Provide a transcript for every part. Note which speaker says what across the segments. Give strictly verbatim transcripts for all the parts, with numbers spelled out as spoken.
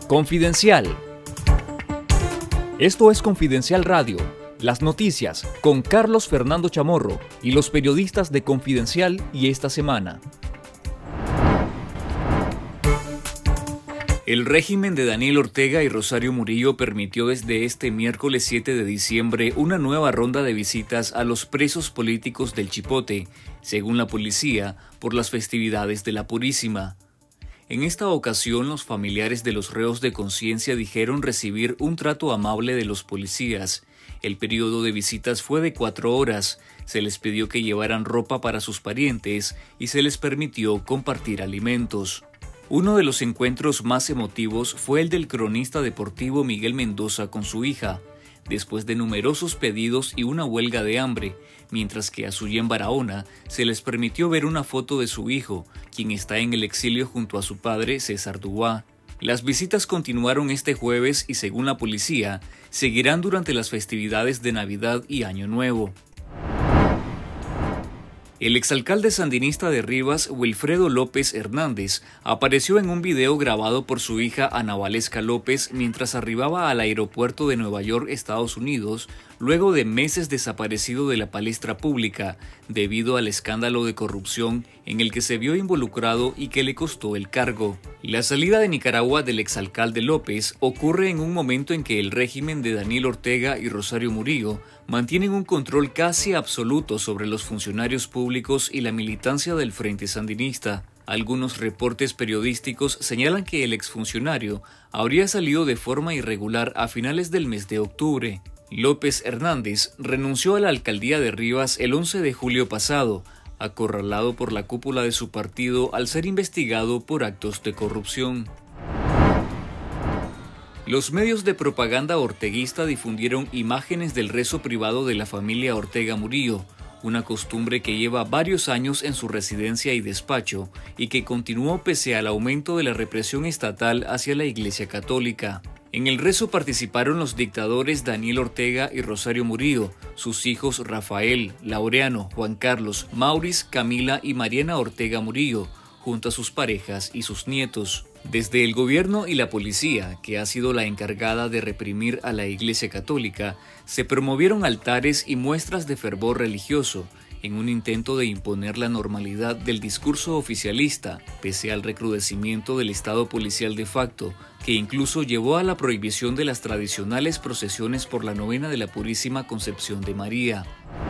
Speaker 1: Confidencial. Esto es Confidencial Radio, las noticias con Carlos Fernando Chamorro y los periodistas de Confidencial y Esta Semana. El régimen de Daniel Ortega y Rosario Murillo permitió desde este miércoles siete de diciembre una nueva ronda de visitas a los presos políticos del Chipote, según la policía, por las festividades de la Purísima. En esta ocasión, los familiares de los reos de conciencia dijeron recibir un trato amable de los policías. El periodo de visitas fue de cuatro horas, se les pidió que llevaran ropa para sus parientes y se les permitió compartir alimentos. Uno de los encuentros más emotivos fue el del cronista deportivo Miguel Mendoza con su hija, después de numerosos pedidos y una huelga de hambre, mientras que a Suyen Barahona se les permitió ver una foto de su hijo, quien está en el exilio junto a su padre César Dubois. Las visitas continuaron este jueves y, según la policía, seguirán durante las festividades de Navidad y Año Nuevo. El exalcalde sandinista de Rivas, Wilfredo López Hernández, apareció en un video grabado por su hija Ana Valesca López mientras arribaba al aeropuerto de Nueva York, Estados Unidos, luego de meses desaparecido de la palestra pública debido al escándalo de corrupción en el que se vio involucrado y que le costó el cargo. La salida de Nicaragua del exalcalde López ocurre en un momento en que el régimen de Daniel Ortega y Rosario Murillo mantienen un control casi absoluto sobre los funcionarios públicos y la militancia del Frente Sandinista. Algunos reportes periodísticos señalan que el exfuncionario habría salido de forma irregular a finales del mes de octubre. López Hernández renunció a la alcaldía de Rivas el once de julio pasado, acorralado por la cúpula de su partido al ser investigado por actos de corrupción. Los medios de propaganda orteguista difundieron imágenes del rezo privado de la familia Ortega Murillo, una costumbre que lleva varios años en su residencia y despacho y que continuó pese al aumento de la represión estatal hacia la Iglesia Católica. En el rezo participaron los dictadores Daniel Ortega y Rosario Murillo, sus hijos Rafael, Laureano, Juan Carlos, Maurice, Camila y Mariana Ortega Murillo, junto a sus parejas y sus nietos. Desde el gobierno y la policía, que ha sido la encargada de reprimir a la Iglesia Católica, se promovieron altares y muestras de fervor religioso, en un intento de imponer la normalidad del discurso oficialista, pese al recrudecimiento del estado policial de facto, que incluso llevó a la prohibición de las tradicionales procesiones por la novena de la Purísima Concepción de María.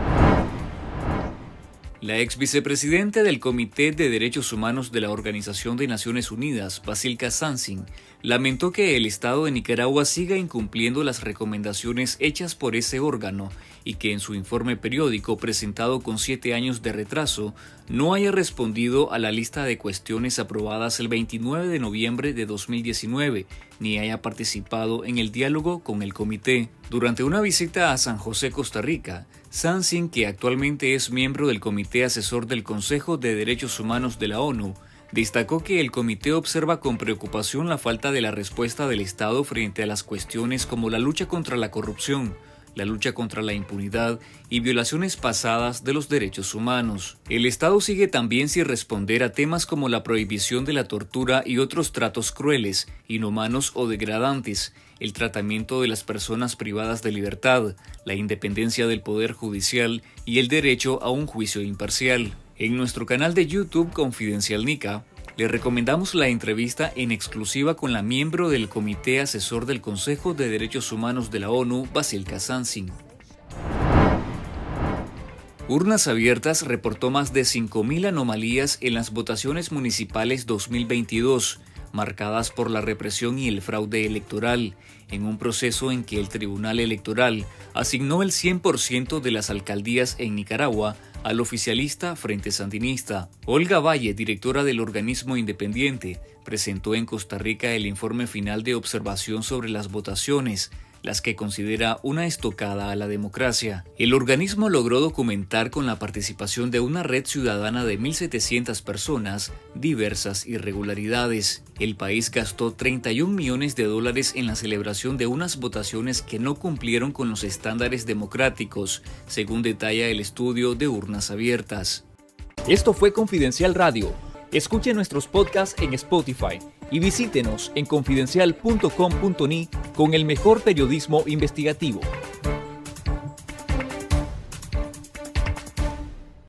Speaker 1: La ex vicepresidenta del Comité de Derechos Humanos de la Organización de Naciones Unidas, Basilka Sansing, lamentó que el Estado de Nicaragua siga incumpliendo las recomendaciones hechas por ese órgano y que en su informe periódico presentado con siete años de retraso no haya respondido a la lista de cuestiones aprobadas el veintinueve de noviembre de dos mil diecinueve, ni haya participado en el diálogo con el comité. Durante una visita a San José, Costa Rica, Sansing, que actualmente es miembro del Comité Asesor del Consejo de Derechos Humanos de la ONU, destacó que el comité observa con preocupación la falta de la respuesta del Estado frente a las cuestiones como la lucha contra la corrupción, la lucha contra la impunidad y violaciones pasadas de los derechos humanos. El Estado sigue también sin responder a temas como la prohibición de la tortura y otros tratos crueles, inhumanos o degradantes, el tratamiento de las personas privadas de libertad, la independencia del Poder Judicial y el derecho a un juicio imparcial. En nuestro canal de YouTube Confidencial Nica, le recomendamos la entrevista en exclusiva con la miembro del Comité Asesor del Consejo de Derechos Humanos de la ONU, Basilka Sansing. Urnas Abiertas reportó más de cinco mil anomalías en las votaciones municipales dos mil veintidós, marcadas por la represión y el fraude electoral, en un proceso en que el Tribunal Electoral asignó el cien por ciento de las alcaldías en Nicaragua al oficialista Frente Sandinista. Olga Valle, directora del organismo independiente, presentó en Costa Rica el informe final de observación sobre las votaciones, las que considera una estocada a la democracia. El organismo logró documentar con la participación de una red ciudadana de mil setecientas personas diversas irregularidades. El país gastó treinta y un millones de dólares en la celebración de unas votaciones que no cumplieron con los estándares democráticos, según detalla el estudio de Urnas Abiertas. Esto fue Confidencial Radio, Escuche nuestros podcasts en Spotify y visítenos en confidencial punto com punto ni con el mejor periodismo investigativo.